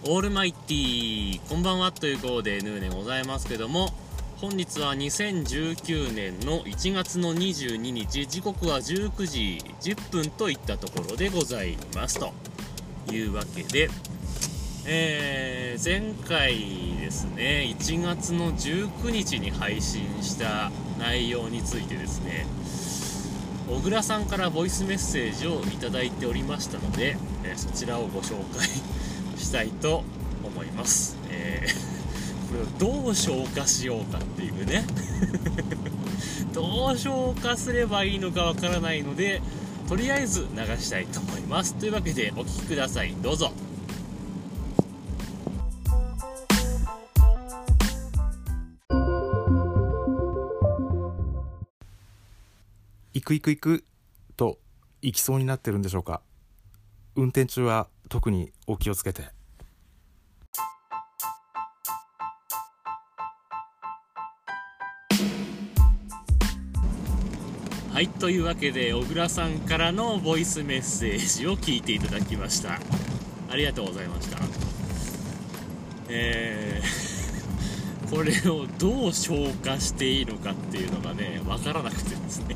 オールマイティーこんばんはということでヌーでございますけども、本日は2019年の1月の22日、時刻は19時10分といったところでございますというわけで、前回ですね、1月の19日に配信した内容についてですね、小倉さんからボイスメッセージをいただいておりましたので、そちらをご紹介したいと思います。これをどう消化しようかっていうねどう消化すればいいのかわからないので、とりあえず流したいと思います。というわけでお聞きください、どうぞ。 行く行く行くと行きそうになってるんでしょうか。運転中は特にお気をつけて。 はい、というわけで小倉さんからのボイスメッセージを聞いていただきました。ありがとうございました。これをどう消化していいのかっていうのがね、わからなくてですね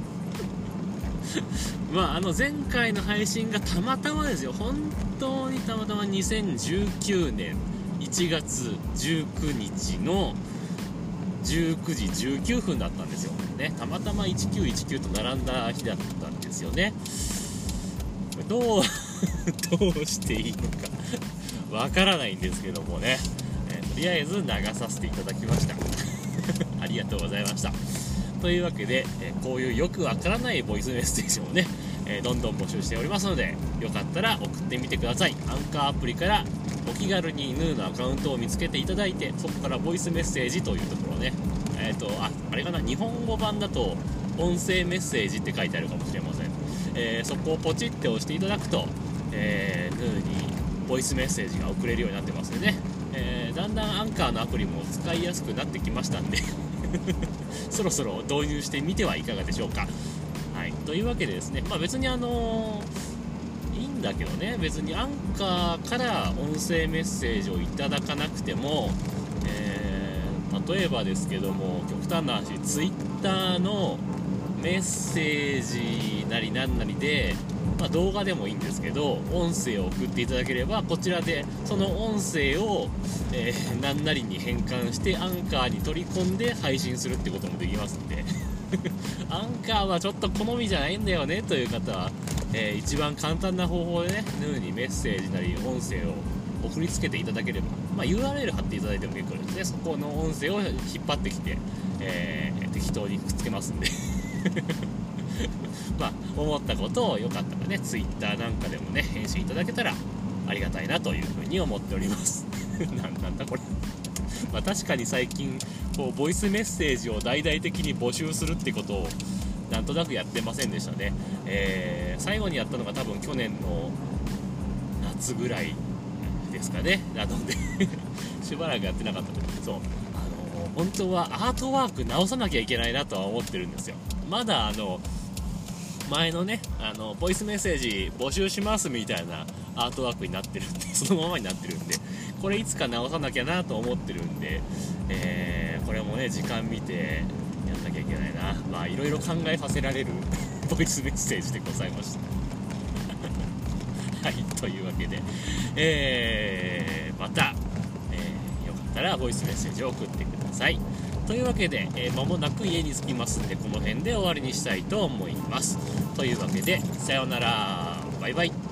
前回の配信がたまたまですよ、本当にたまたま2019年1月19日の19時19分だったんですよね。たまたま1919と並んだ日だったんですよね。どうしていいのかわからないんですけどもね、とりあえず流させていただきましたありがとうございました。というわけで、こういうよくわからないボイスメッセージをね、どんどん募集しておりますので、よかったら送ってみてください。アンカーアプリからお気軽にヌーのアカウントを見つけていただいて、そこからボイスメッセージというところね、あれかな、日本語版だと音声メッセージって書いてあるかもしれません。そこをポチって押していただくと、ヌーにボイスメッセージが送れるようになってますんでね、だんだんアンカーのアプリも使いやすくなってきましたんでそろそろ導入してみてはいかがでしょうか。はい、というわけでですね、別にいいんだけどね、別にアンカーから音声メッセージをいただかなくても、例えばですけども、極端な話、ツイッターのメッセージなりなんなりで、動画でもいいんですけど、音声を送っていただければ、こちらでその音声を、何なりに変換してアンカーに取り込んで配信するってこともできますんでアンカーはちょっと好みじゃないんだよねという方は、一番簡単な方法でね、ヌーにメッセージなり音声を送りつけていただければ、URL 貼っていただいても結構ですね、そこの音声を引っ張ってきて、適当にくっつけますんで思ったことをよかったらね、ツイッターなんかでもね、返信いただけたらありがたいなというふうに思っておりますなんだこれ確かに最近こうボイスメッセージを大々的に募集するってことをなんとなくやってませんでしたね。最後にやったのが多分去年の夏ぐらいですかね。なのでしばらくやってなかったんですけど、本当はアートワーク直さなきゃいけないなとは思ってるんですよ。まだ前のね、ボイスメッセージ募集しますみたいなアートワークになってるんで、そのままになってるんで、これいつか直さなきゃなと思ってるんで、これもね、時間見てやんなきゃいけないな。いろいろ考えさせられるボイスメッセージでございましたはい、というわけで、また、よかったらボイスメッセージを送ってください。というわけで、間もなく家に着きますんで、この辺で終わりにしたいと思います。というわけで、さようなら、バイバイ。